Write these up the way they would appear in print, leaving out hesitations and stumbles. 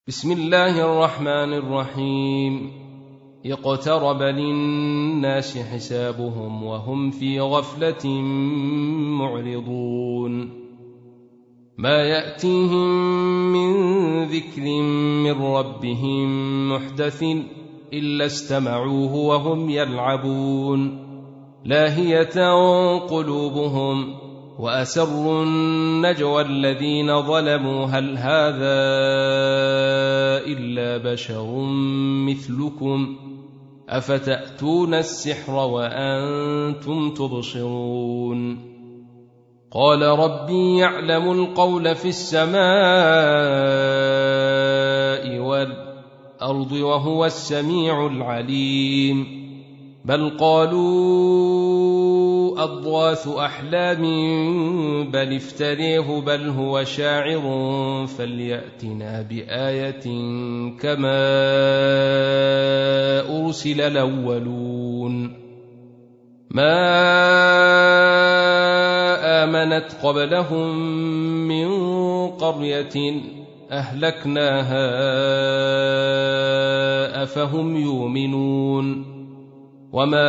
بسم الله الرحمن الرحيم. اقترب للناس حسابهم وهم في غفلة معرضون. ما يأتيهم من ذكر من ربهم محدث إلا استمعوه وهم يلعبون لاهية قلوبهم وأسروا النجوى الذين ظلموا هل هذا إلا بشر مثلكم أفتأتون السحر وأنتم تبصرون. قال ربي يعلم القول في السماء والأرض وهو السميع العليم. بل قالوا أضغاث أحلام بل افتريه بل هو شاعر فليأتنا بآية كما أرسل الأولون. ما آمنت قبلهم من قرية أهلكناها أفهم يؤمنون. وما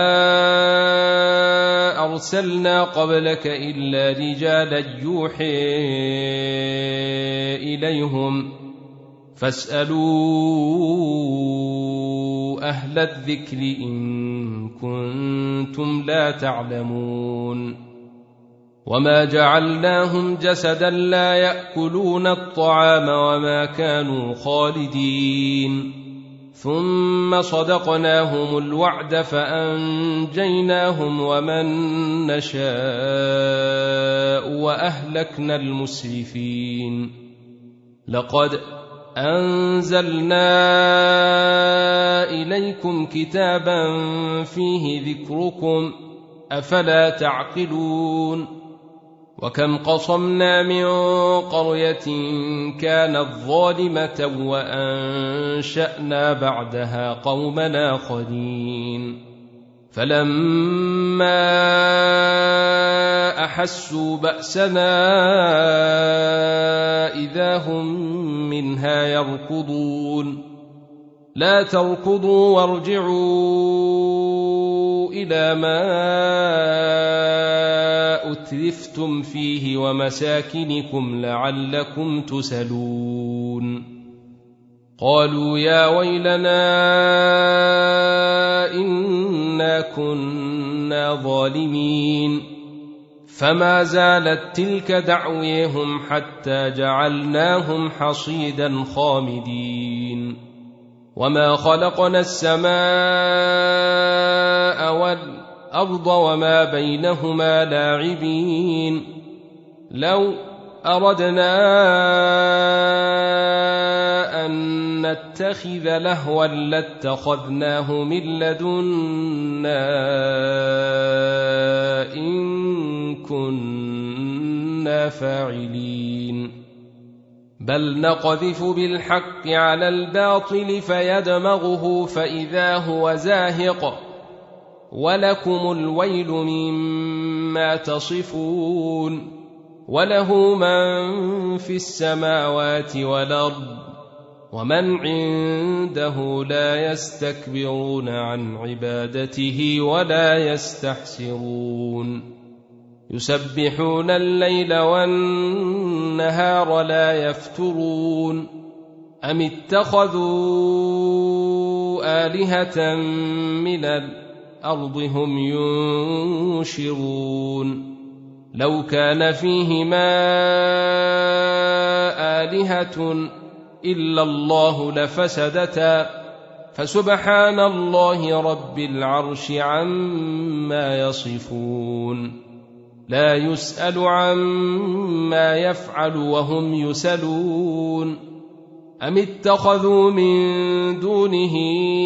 أرسلنا قبلك إلا رجالا يوحي إليهم فاسألوا أهل الذكر إن كنتم لا تعلمون. وما جعلناهم جسدا لا يأكلون الطعام وما كانوا خالدين. ثم صدقناهم الوعد فأنجيناهم ومن نشاء وأهلكنا المسرفين. لقد أنزلنا إليكم كتابا فيه ذكركم أفلا تعقلون. وكم قصمنا من قرية كانت ظالمة وأنشأنا بعدها قوما آخرين فلما أحسوا بأسنا إذا هم منها يركضون. لا تركضوا وارجعوا إلى ما أترفتم فيه ومساكنكم لعلكم تسألون. قالوا يا ويلنا إنا كنا ظالمين. فما زالت تلك دعويهم حتى جعلناهم حصيدا خامدين. وما خلقنا السماء والأرض وما بينهما لاعبين. لو أردنا أن نتخذ لهوا لاتخذناه من لدنا إن كنا فاعلين. بل نقذف بالحق على الباطل فيدمغه فإذا هو زاهق ولكم الويل مما تصفون. وله من في السماوات والأرض ومن عنده لا يستكبرون عن عبادته ولا يستحسرون. يسبحون الليل والنهار لا يفترون. أم اتخذوا آلهة من الأرض هم ينشرون. لو كان فيهما آلهة إلا الله لفسدتا فسبحان الله رب العرش عما يصفون. لا يسأل عما يفعل وهم يسألون. أم اتخذوا من دونه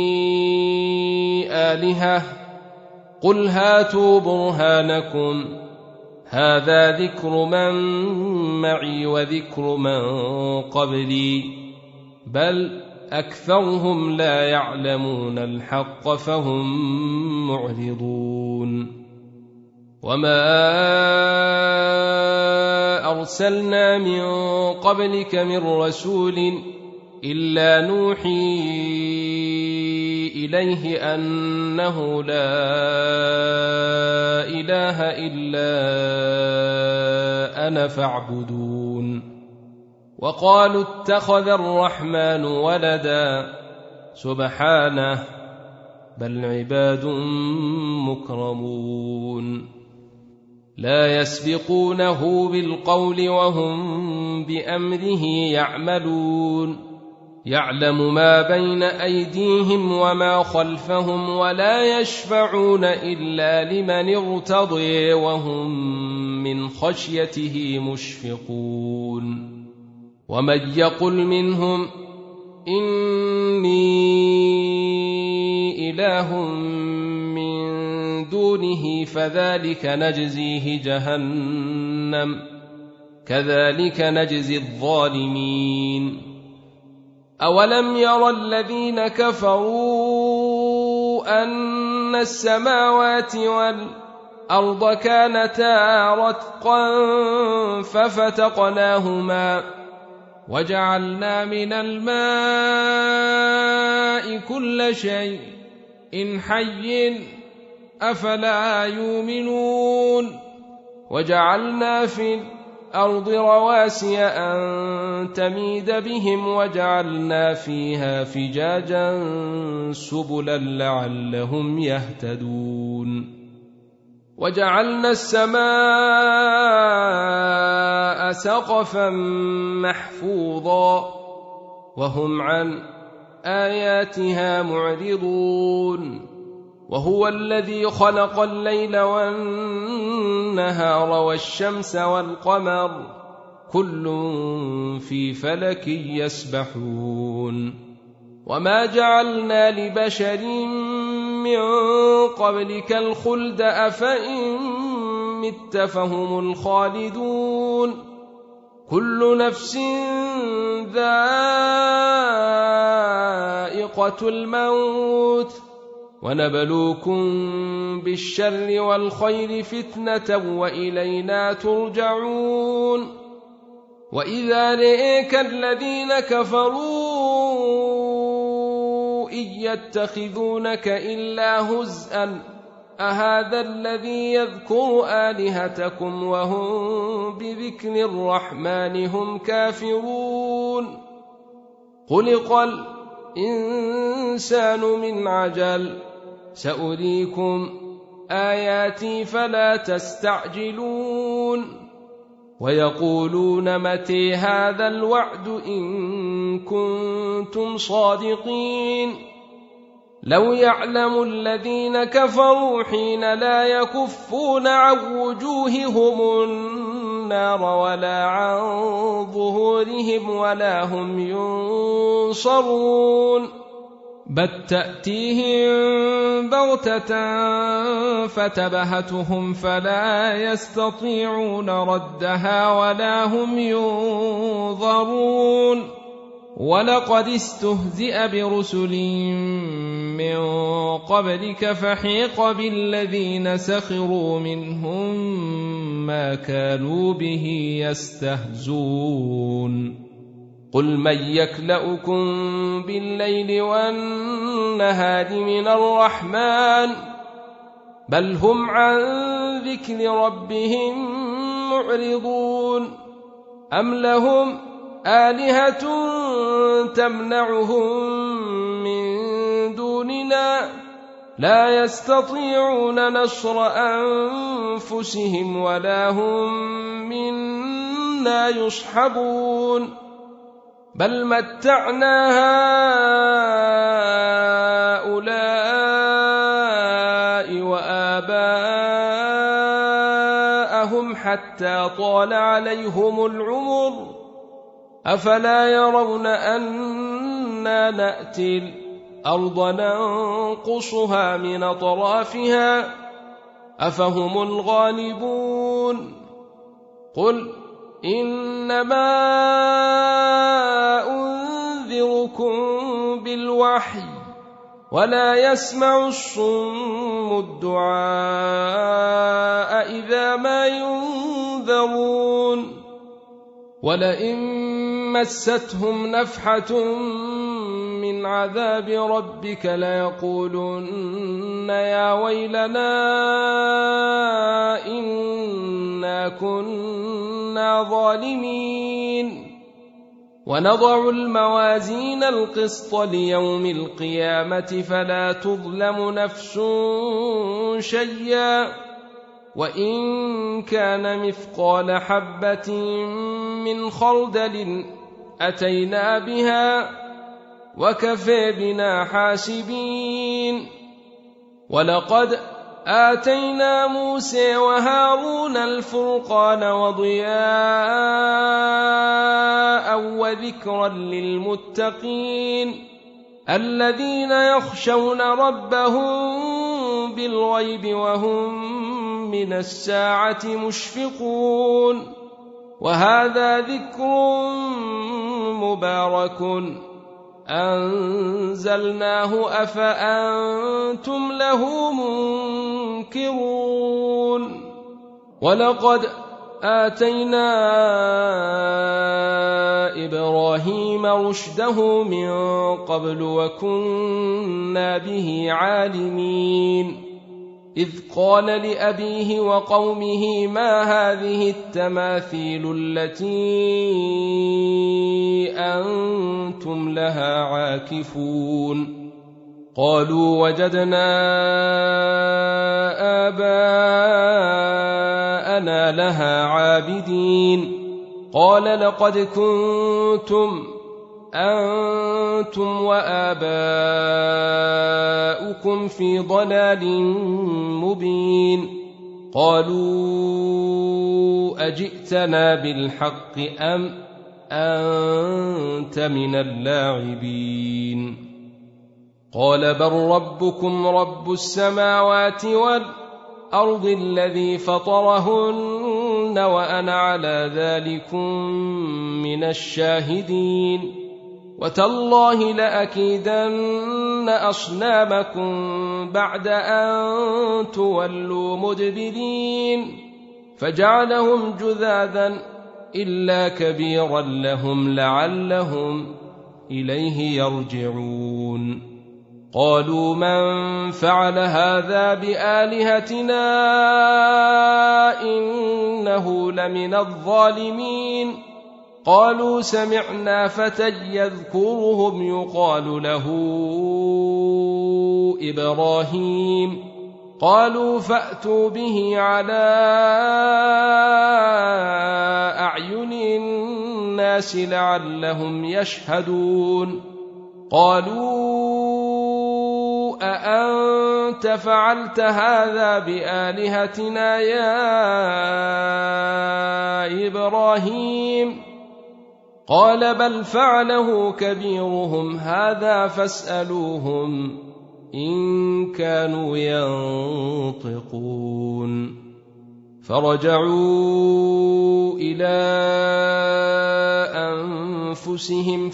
آلهة قل هاتوا برهانكم هذا ذكر من معي وذكر من قبلي بل أكثرهم لا يعلمون الحق فهم معرضون. وما أرسلنا من قبلك من رسول إلا نوحي إليه أنه لا إله إلا أنا فاعبدون. وقالوا اتخذ الرحمن ولدا سبحانه بل عباد مكرمون لا يسبقونه بالقول وهم بأمره يعملون يعلم ما بين أيديهم وما خلفهم ولا يشفعون إلا لمن ارتضي وهم من خشيته مشفقون. ومن يقل منهم إني إله من دونه فذلك نجزيه جهنم كذلك نجزي الظالمين. أولم ير الذين كفروا أن السماوات والأرض كانتا رتقا ففتقناهما وجعلنا من الماء كل شيء حي أفلا يؤمنون. وجعلنا في الأرض رواسي أن تميد بهم وجعلنا فيها فجاجا سبلا لعلهم يهتدون. وجعلنا السماء سقفا محفوظا وهم عن آياتها معرضون. وهو الذي خلق الليل والنهار والشمس والقمر كل في فلك يسبحون. وما جعلنا لبشر من قبلك الخلد أفإن مت فهم الخالدون. كل نفس ذائقة الموت ونبلوكم بالشر والخير فتنة وإلينا ترجعون. وإذا رئيك الذين كفروا إن يتخذونك إلا هزءا أهذا الذي يذكر آلهتكم وهم بذكر الرحمن هم كافرون. خلق الإنسان من عجل سأريكم آياتي فلا تستعجلون. ويقولون متى هذا الوعد إن كنتم صادقين. لو يعلم الذين كفروا حين لا يكفون عن وجوههم النار ولا عن ظهورهم ولا هم ينصرون. بل تأتيهم بغتة فتبهتهم فلا يستطيعون ردها ولا هم ينظرون. ولقد استهزئ برسل من قبلك فحيق بالذين سخروا منهم ما كانوا به يستهزون. قل من يكلؤكم بالليل والنهار من الرحمن بل هم عن ذكر ربهم معرضون. أم لهم آلهة تمنعهم من دوننا لا يستطيعون نصر أنفسهم ولا هم منا يصحبون. بل متعنا هؤلاء وآباءهم حتى طال عليهم العمر أفلا يرون أنا نأتي الأرض ننقصها من أطرافها أفهم الغالبون. قل إنما أنذركم بالوحي ولا يسمع الصم الدعاء إذا ما ينذرون. ولئن مستهم نفحة من عذاب ربك ليقولن يا ويلنا إنا كنا ظالمين. ونضع الموازين القسط ليوم القيامة فلا تظلم نفس شيئا وإن كان مثقال حبة من خردل أتينا بها وكفى بنا حاسبين. ولقد آتينا موسى وهارون الفرقان وضياء وذكرا للمتقين الذين يخشون ربهم بالغيب وهم من الساعة مشفقون. وهذا ذكر مبارك أنزلناه أفأنتم له منكرون. ولقد آتينا إبراهيم رشده من قبل وكنا به عالمين إذ قال لأبيه وقومه ما هذه التماثيل التي أنتم لها عاكفون. قالوا وجدنا آباءنا لها عابدين. قال لقد كنتم أنتم وآباؤكم في ضلال مبين. قالوا أجئتنا بالحق أم أنت من اللاعبين. قال بل ربكم رب السماوات والأرض الذي فطرهن وأنا على ذلكم من الشاهدين. وتالله لأكيدن أصنامكم بعد أن تولوا مدبرين. فجعلهم جذاذا إلا كبيرا لهم لعلهم إليه يرجعون. قالوا من فعل هذا بآلهتنا إنه لمن الظالمين. قالوا سمعنا فتى يذكرهم يقال له إبراهيم. قالوا فأتوا به على أعين الناس لعلهم يشهدون. قالوا أأنت فعلت هذا بآلهتنا يا إبراهيم؟ قال بل فعله كبيرهم هذا فاسألوهم إن كانوا ينطقون. فرجعوا إلى أنفسهم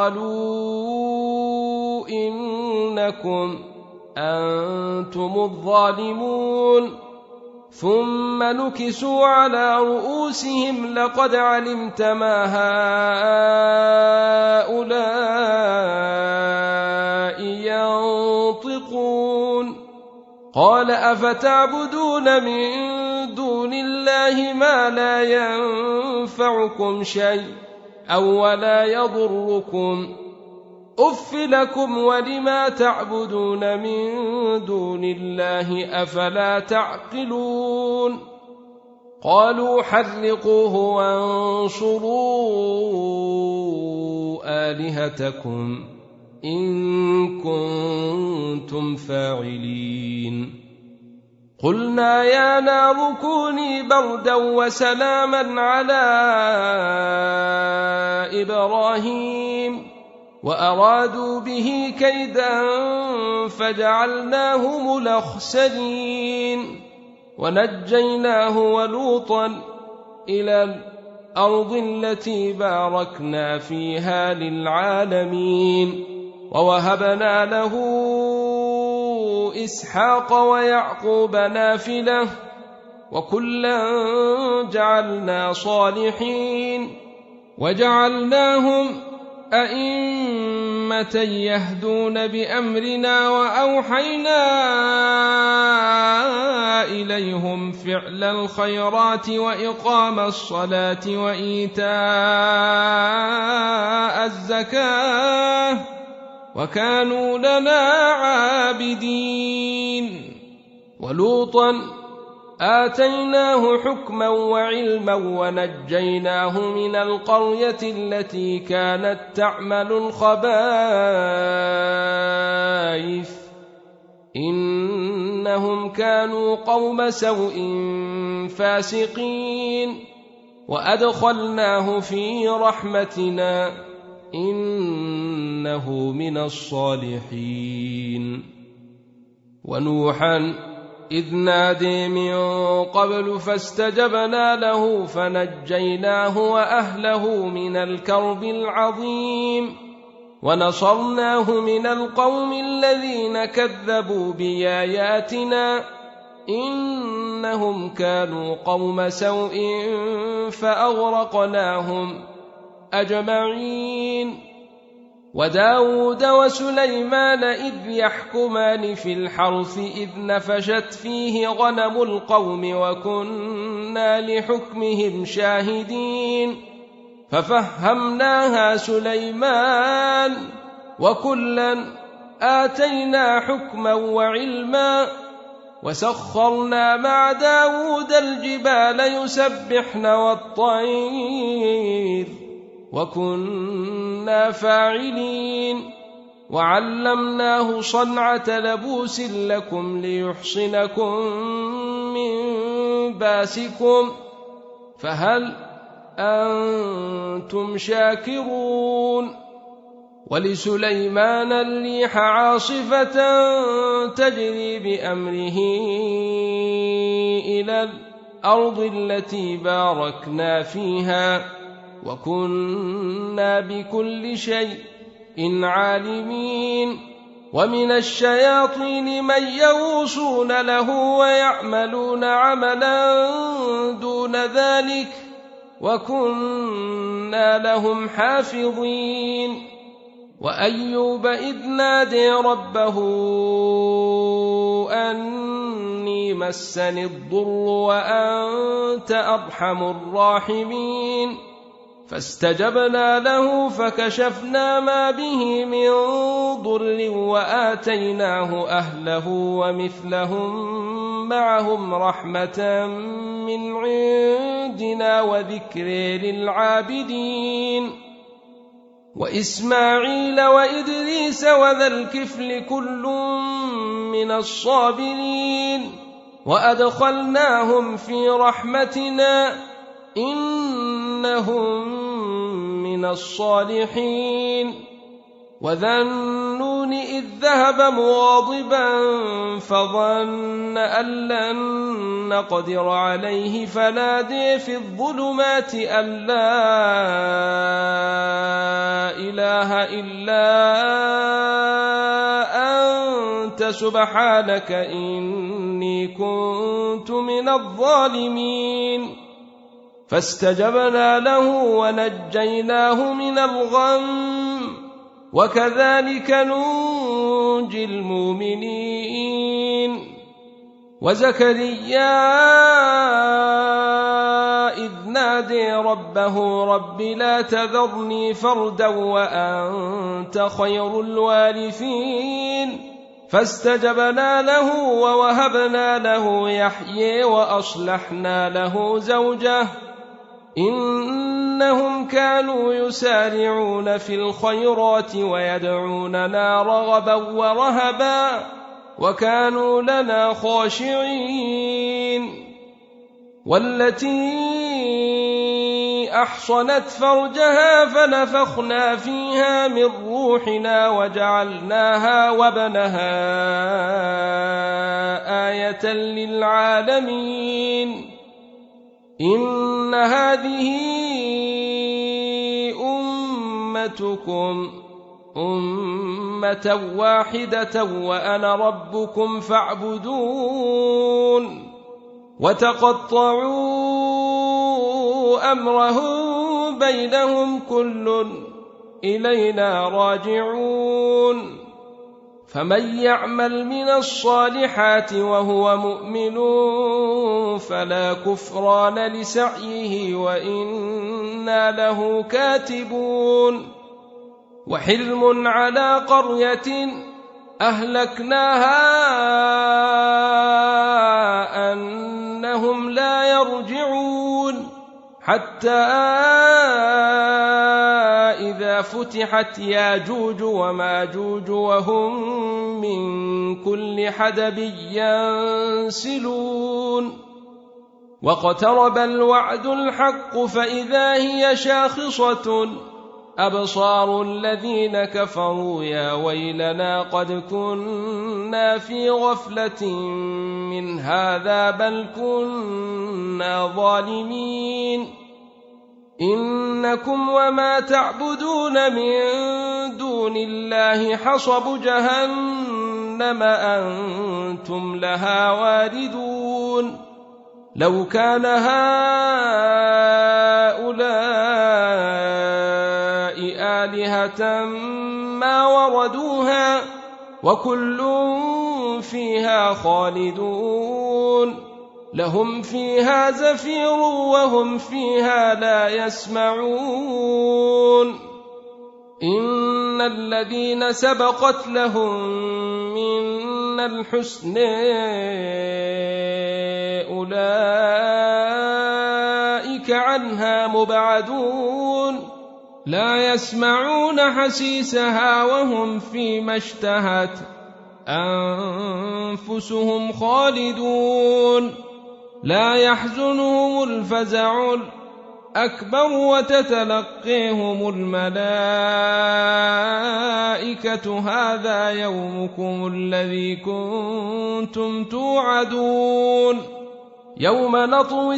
فقالوا إنكم أنتم الظالمون. ثم نكسوا على رؤوسهم لقد علمت ما هؤلاء ينطقون. قال أفتعبدون من دون الله ما لا ينفعكم شيء أو ولا يضركم أف لكم ولما تعبدون من دون الله أفلا تعقلون. قالوا حرقوه وانصروا آلهتكم إن كنتم فاعلين. قلنا يا نار كوني بردا وسلاما على إبراهيم وأرادوا به كيدا فجعلناهم الأخسرين. ونجيناه ولوطا إلى الأرض التي باركنا فيها للعالمين. ووهبنا له إسحاق ويعقوب نافلة وكلا جعلنا صالحين. وجعلناهم أئمة يهدون بأمرنا وأوحينا إليهم فعل الخيرات وإقام الصلاة وإيتاء الزكاة وكانوا لنا عابدين. ولوطا آتيناه حكما وعلما ونجيناه من القرية التي كانت تعمل الخبائث إنهم كانوا قوم سوء فاسقين وأدخلناه في رحمتنا إنه من الصالحين. ونوحا إذ نادي من قبل فاستجبنا له فنجيناه وأهله من الكرب العظيم ونصرناه من القوم الذين كذبوا بآياتنا إنهم كانوا قوم سوء فأغرقناهم أجمعين. وداود وسليمان إذ يحكمان في الحرث إذ نفشت فيه غنم القوم وكنا لحكمهم شاهدين ففهمناها سليمان وكلا آتينا حكما وعلما وسخرنا مع داود الجبال يسبحن والطير وكنا فاعلين وعلمناه صنعة لبوس لكم ليحصنكم من باسكم فهل أنتم شاكرون. ولسليمان الريح عاصفة تجري بأمره إلى الأرض التي باركنا فيها وكنا بكل شيء عالمين. ومن الشياطين من يغوصون له ويعملون عملا دون ذلك وكنا لهم حافظين. وأيوب إذ نادي ربه أني مسني الضر وأنت أرحم الراحمين فاستجبنا له فكشفنا ما به من ضر وآتيناه أهله ومثلهم معهم رحمة من عندنا وذكر للعابدين. وإسماعيل وإدريس وذا الكفل كل من الصابرين وأدخلناهم في رحمتنا إنهم من الصالحين. وذا النون إذ ذهب مغاضبا فظن أن لن نقدر عليه فنادي في الظلمات أن لا إله إلا أنت سبحانك إني كنت من الظالمين فاستجبنا له ونجيناه من الغم وكذلك ننجي المؤمنين. وزكريا إذ نادي ربه رب لا تذرني فردا وأنت خير الوارثين فاستجبنا له ووهبنا له يحيى وأصلحنا له زوجه إنهم كانوا يسارعون في الخيرات ويدعوننا رغبا ورهبا وكانوا لنا خاشعين. والتي أحصنت فرجها فنفخنا فيها من روحنا وجعلناها وابنها آية للعالمين. إن هذه أمتكم أمة واحدة وأنا ربكم فاعبدون. وتقطعوا أمرهم بينهم كل إلينا راجعون فمن يعمل من الصالحات وهو مؤمن فلا كفران لسعيه وإنا له كاتبون وحلم على قرية أهلكناها أنهم لا يرجعون حتى إذا فتحت ياجوج وماجوج وهم من كل حدب ينسلون واقترب الوعد الحق فإذا هي شاخصة أبصار الذين كفروا يا ويلنا قد كنا في غفلة من هذا بل كنا ظالمين إنكم وما تعبدون من دون الله حصب جهنم أنتم لها واردون لو كان هؤلاء آلهة ما وردوها وكل فيها خالدون لهم فيها زفير وهم فيها لا يسمعون إن الذين سبقت لهم منا الحسن أولئك عنها مبعدون لا يسمعون حسيسها وهم فيما اشتهت أنفسهم خالدون لا يحزنهم الفزع الأكبر وتتلقيهم الملائكة هذا يومكم الذي كنتم توعدون يوم نطوي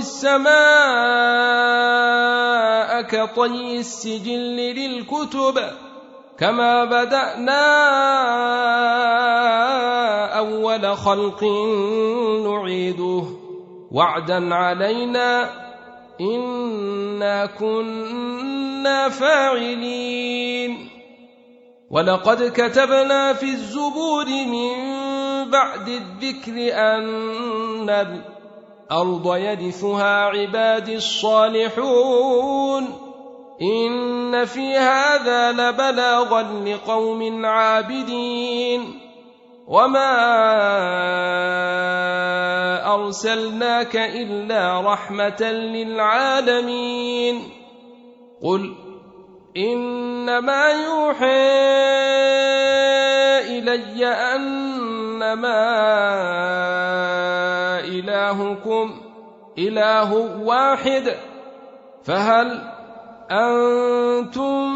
السماء كطي السجل للكتب كما بدأنا أول خلق نعيده وعدا علينا إنا كنا فاعلين ولقد كتبنا في الزبور من بعد الذكر أن الأرض يرثها عبادي الصالحون إن في هذا لبلاغا لقوم عابدين وما أرسلناك إلا رحمة للعالمين قل إنما يوحى إلي أنما إلهكم إله واحد فهل أنتم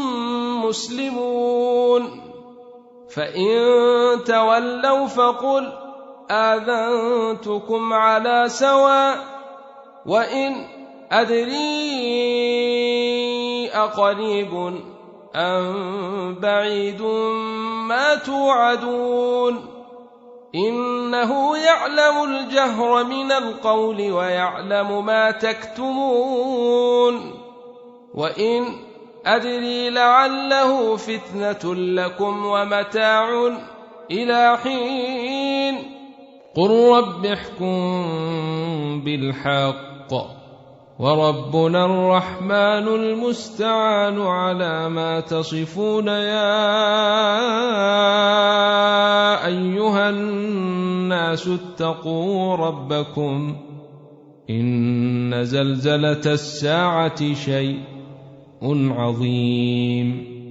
مسلمون فإن تولوا فقل آذنتكم على سواء وإن أدري أقريب أم بعيد ما توعدون إنه يعلم الجهر من القول ويعلم ما تكتمون وإن أدري لعله فتنة لكم ومتاع إلى حين قل رب احكم بالحق وربنا الرحمن المستعان على ما تصفون يا أيها الناس اتقوا ربكم إن زلزلة الساعة شيء عظيم